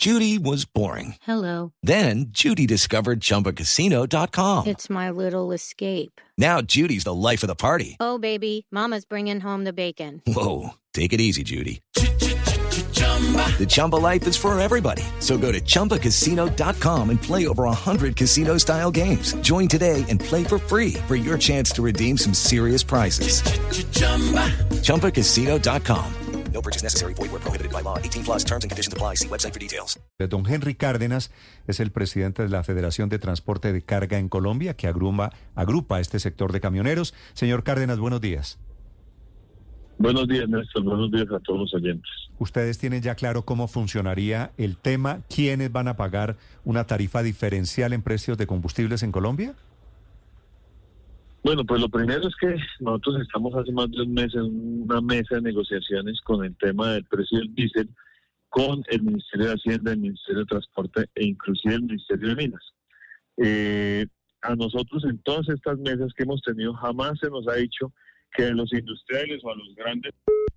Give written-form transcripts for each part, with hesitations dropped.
Judy was boring. Hello. Then Judy discovered ChumbaCasino.com. It's my little escape. Now Judy's the life of the party. Oh, baby, mama's bringing home the bacon. Whoa, take it easy, Judy. The Chumba life is for everybody. So go to ChumbaCasino.com and play over 100 casino-style games. Join today and play for free for your chance to redeem some serious prizes. ChumbaCasino.com. No purchase necessary. Void where prohibited by law. 18 plus terms and conditions apply. See website for details. Don Henry Cárdenas es el presidente de la Federación de Transporte de Carga en Colombia, que agrupa este sector de camioneros. Señor Cárdenas, buenos días. Buenos días, Néstor. Buenos días a todos los oyentes. ¿Ustedes tienen ya claro cómo funcionaría el tema? ¿Quiénes van a pagar una tarifa diferencial en precios de combustibles en Colombia? Bueno, pues lo primero es que nosotros estamos hace más de un mes en una mesa de negociaciones con el tema del precio del diésel, con el Ministerio de Hacienda, el Ministerio de Transporte e inclusive el Ministerio de Minas. A nosotros en todas estas mesas que hemos tenido jamás se nos ha dicho que a los industriales o a los grandes...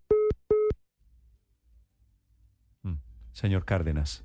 Señor Cárdenas.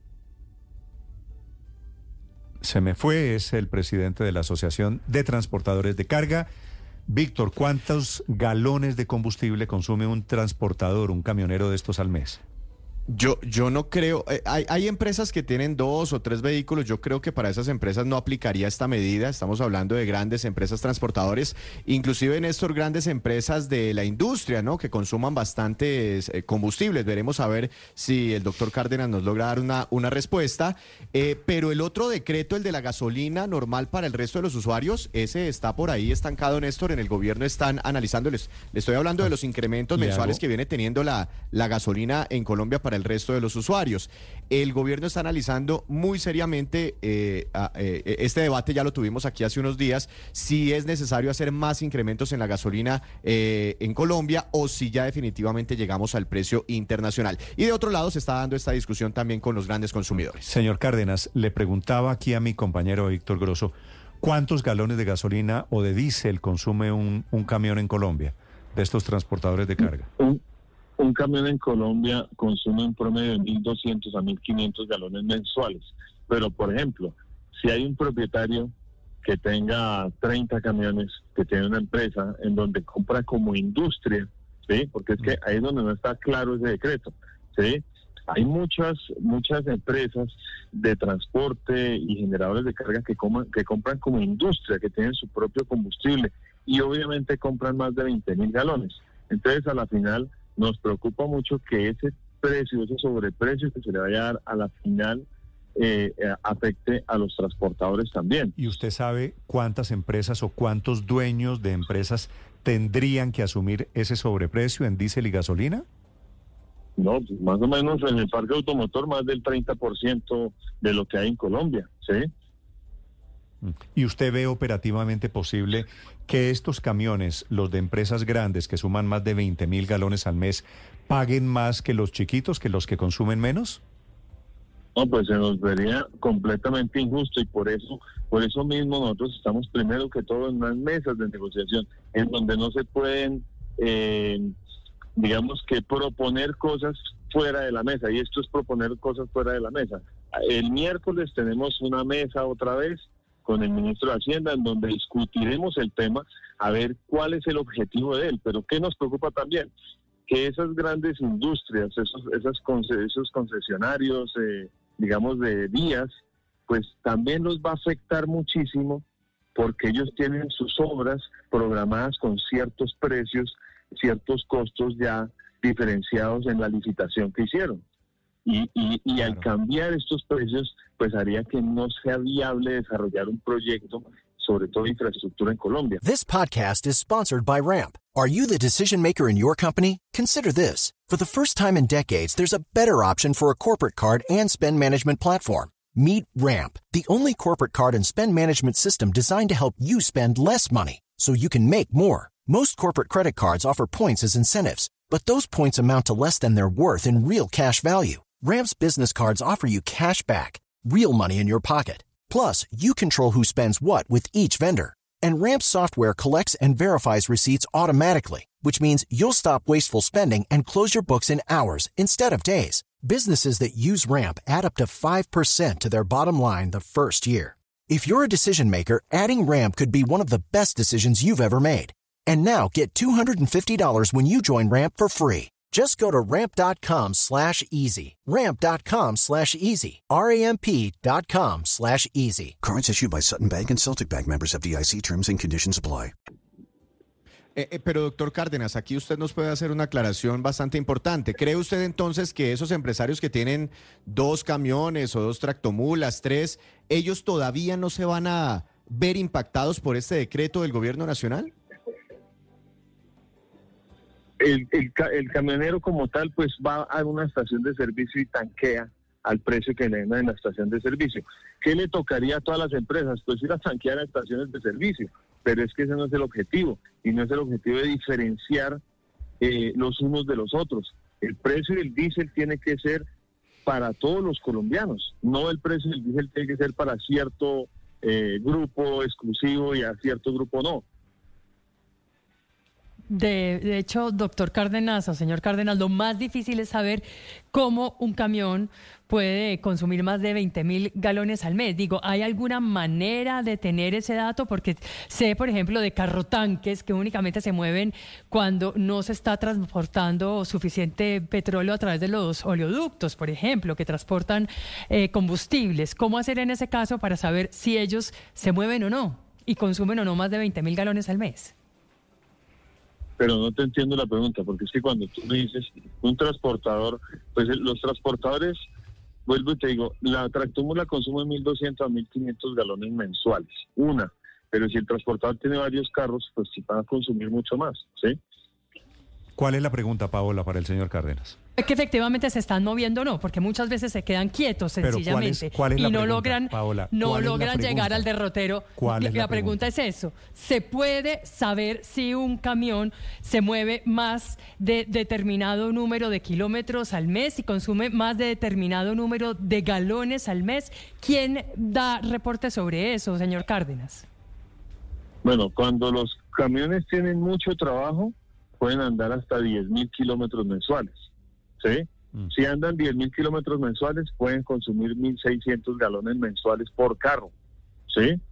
Se me fue, es el presidente de la Asociación de Transportadores de Carga. Víctor, ¿cuántos galones de combustible consume un transportador, un camionero de estos al mes? Yo no creo, hay empresas que tienen 2 o 3 vehículos, yo creo que para esas empresas no aplicaría esta medida, estamos hablando de grandes empresas transportadores, inclusive Néstor, grandes empresas de la industria, ¿no?, que consuman bastantes combustibles. Veremos a ver si el doctor Cárdenas nos logra dar una respuesta, pero el otro decreto, el de la gasolina normal para el resto de los usuarios, ese está por ahí estancado, Néstor, en el gobierno están analizándoles. Le estoy hablando de los incrementos mensuales que viene teniendo la gasolina en Colombia para el resto de los usuarios. El gobierno está analizando muy seriamente este debate, ya lo tuvimos aquí hace unos días, si es necesario hacer más incrementos en la gasolina en Colombia o si ya definitivamente llegamos al precio internacional. Y de otro lado se está dando esta discusión también con los grandes consumidores. Señor Cárdenas, le preguntaba aquí a mi compañero Víctor Grosso, ¿cuántos galones de gasolina o de diésel consume un camión en Colombia de estos transportadores de carga? Un camión en Colombia consume un promedio de 1.200 a 1.500 galones mensuales. Pero, por ejemplo, si hay un propietario que tenga 30 camiones, que tiene una empresa en donde compra como industria, ¿sí? Porque es que ahí es donde no está claro ese decreto, ¿sí? Hay muchas empresas de transporte y generadores de carga que compran como industria, que tienen su propio combustible y obviamente compran más de 20.000 galones. Entonces, a la final, nos preocupa mucho que ese precio, ese sobreprecio que se le vaya a dar a la final afecte a los transportadores también. ¿Y usted sabe cuántas empresas o cuántos dueños de empresas tendrían que asumir ese sobreprecio en diésel y gasolina? No, pues más o menos en el parque automotor más del 30% de lo que hay en Colombia, ¿sí? ¿Y usted ve operativamente posible que estos camiones, los de empresas grandes que suman más de 20.000 galones al mes, paguen más que los chiquitos, que los que consumen menos? No, pues se nos vería completamente injusto y por eso mismo nosotros estamos primero que todo en unas mesas de negociación en donde no se pueden, digamos que proponer cosas fuera de la mesa, y esto es proponer cosas fuera de la mesa. El miércoles tenemos una mesa otra vez con el ministro de Hacienda, en donde discutiremos el tema, a ver cuál es el objetivo de él. Pero ¿qué nos preocupa también? Que esas grandes industrias, esos concesionarios, digamos, de vías, pues también los va a afectar muchísimo, porque ellos tienen sus obras programadas con ciertos precios, ciertos costos ya diferenciados en la licitación que hicieron. Y al cambiar estos precios, pues haría que no sea viable desarrollar un proyecto, sobre todo infraestructura en Colombia. This podcast is sponsored by Ramp. Are you the decision maker in your company? Consider this. For the first time in decades, there's a better option for a corporate card and spend management platform. Meet Ramp, the only corporate card and spend management system designed to help you spend less money so you can make more. Most corporate credit cards offer points as incentives, but those points amount to less than their worth in real cash value. Ramp's business cards offer you cash back, real money in your pocket. Plus, you control who spends what with each vendor. And Ramp's software collects and verifies receipts automatically, which means you'll stop wasteful spending and close your books in hours instead of days. Businesses that use Ramp add up to 5% to their bottom line the first year. If you're a decision maker, adding Ramp could be one of the best decisions you've ever made. And now get $250 when you join Ramp for free. Just go to ramp.com/easy. Ramp.com/easy. RAMP.com/easy. Cards issued by Sutton Bank and Celtic Bank, members FDIC. Terms and conditions apply. Pero doctor Cárdenas, aquí usted nos puede hacer una aclaración bastante importante. ¿Cree usted entonces que esos empresarios que tienen 2 camiones o 2 tractomulas, 3, ellos todavía no se van a ver impactados por este decreto del gobierno nacional? El camionero como tal pues va a una estación de servicio y tanquea al precio que le den en la estación de servicio. ¿Qué le tocaría a todas las empresas? Pues ir a tanquear a estaciones de servicio, pero es que ese no es el objetivo, y no es el objetivo de diferenciar los unos de los otros. El precio del diésel tiene que ser para todos los colombianos, no el precio del diésel tiene que ser para cierto grupo exclusivo y a cierto grupo no. De hecho, doctor Cárdenas o señor Cárdenas, lo más difícil es saber cómo un camión puede consumir más de 20.000 galones al mes. Digo, ¿hay alguna manera de tener ese dato? Porque sé, por ejemplo, de carrotanques que únicamente se mueven cuando no se está transportando suficiente petróleo a través de los oleoductos, por ejemplo, que transportan combustibles. ¿Cómo hacer en ese caso para saber si ellos se mueven o no y consumen o no más de 20.000 galones al mes? Pero no te entiendo la pregunta, porque es que cuando tú me dices un transportador, pues los transportadores, vuelvo y te digo, la tractomula consume 1.200 a 1.500 galones mensuales, pero si el transportador tiene varios carros, pues sí van a consumir mucho más, ¿sí? ¿Cuál es la pregunta, Paola, para el señor Cárdenas? Que efectivamente se están moviendo o no, porque muchas veces se quedan quietos sencillamente ¿cuál es la y no pregunta, logran, Paola? no logran llegar al derrotero. La pregunta es eso: ¿se puede saber si un camión se mueve más de determinado número de kilómetros al mes y consume más de determinado número de galones al mes? ¿Quién da reporte sobre eso, señor Cárdenas? Bueno, cuando los camiones tienen mucho trabajo, pueden andar hasta 10.000 kilómetros mensuales, ¿sí? Si andan 10.000 kilómetros mensuales, pueden consumir 1.600 galones mensuales por carro, ¿sí?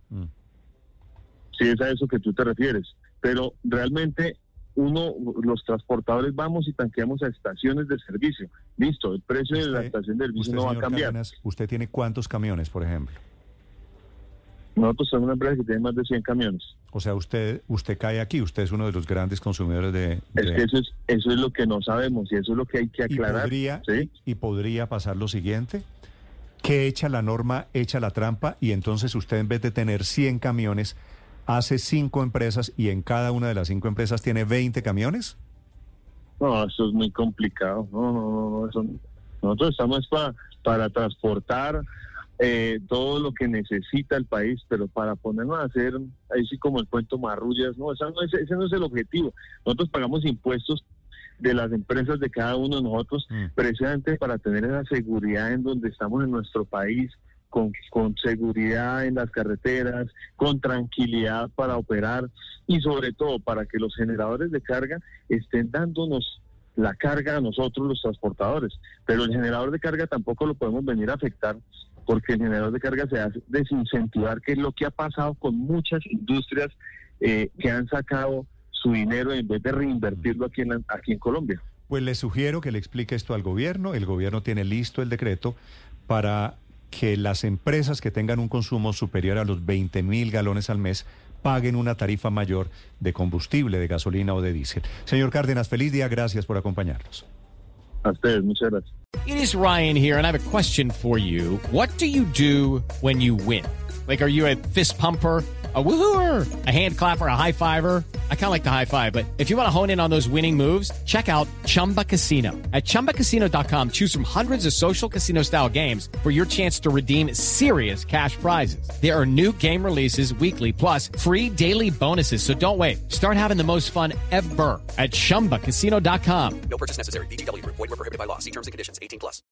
Si es a eso que tú te refieres. Pero realmente los transportadores vamos y tanqueamos a estaciones de servicio. Listo, el precio de la estación de servicio no va a cambiar. Cárdenas, ¿usted tiene cuántos camiones, por ejemplo? Nosotros somos una empresa que tiene más de 100 camiones. O sea, usted cae aquí, usted es uno de los grandes consumidores de... Es que eso es lo que no sabemos y eso es lo que hay que aclarar. ¿Y podría pasar lo siguiente? Que echa la norma, echa la trampa, y entonces usted, en vez de tener 100 camiones, hace 5 empresas y en cada una de las 5 empresas tiene 20 camiones. No, eso es muy complicado. No, nosotros estamos para transportar todo lo que necesita el país, pero para ponernos a hacer ahí sí como el cuento marrullas, ese no es el objetivo. Nosotros pagamos impuestos de las empresas de cada uno de nosotros precisamente para tener esa seguridad en donde estamos en nuestro país, con seguridad en las carreteras, con tranquilidad para operar y sobre todo para que los generadores de carga estén dándonos la carga a nosotros los transportadores, pero el generador de carga tampoco lo podemos venir a afectar, porque el generador de carga se hace desincentivar, que es lo que ha pasado con muchas industrias que han sacado su dinero en vez de reinvertirlo aquí en Colombia. Pues le sugiero que le explique esto al gobierno. El gobierno tiene listo el decreto para que las empresas que tengan un consumo superior a los 20.000 galones al mes paguen una tarifa mayor de combustible, de gasolina o de diésel. Señor Cárdenas, feliz día, gracias por acompañarnos. A ustedes, muchas gracias. It is Ryan here, and I have a question for you. What do you do when you win? Like, are you a fist pumper, a woo-hooer, a hand clapper, a high fiver? I kind of like the high five, but if you want to hone in on those winning moves, check out Chumba Casino. At ChumbaCasino.com, choose from hundreds of social casino-style games for your chance to redeem serious cash prizes. There are new game releases weekly, plus free daily bonuses, so don't wait. Start having the most fun ever at ChumbaCasino.com. No purchase necessary. VGW Group. Void where prohibited by law. See terms and conditions. 18+.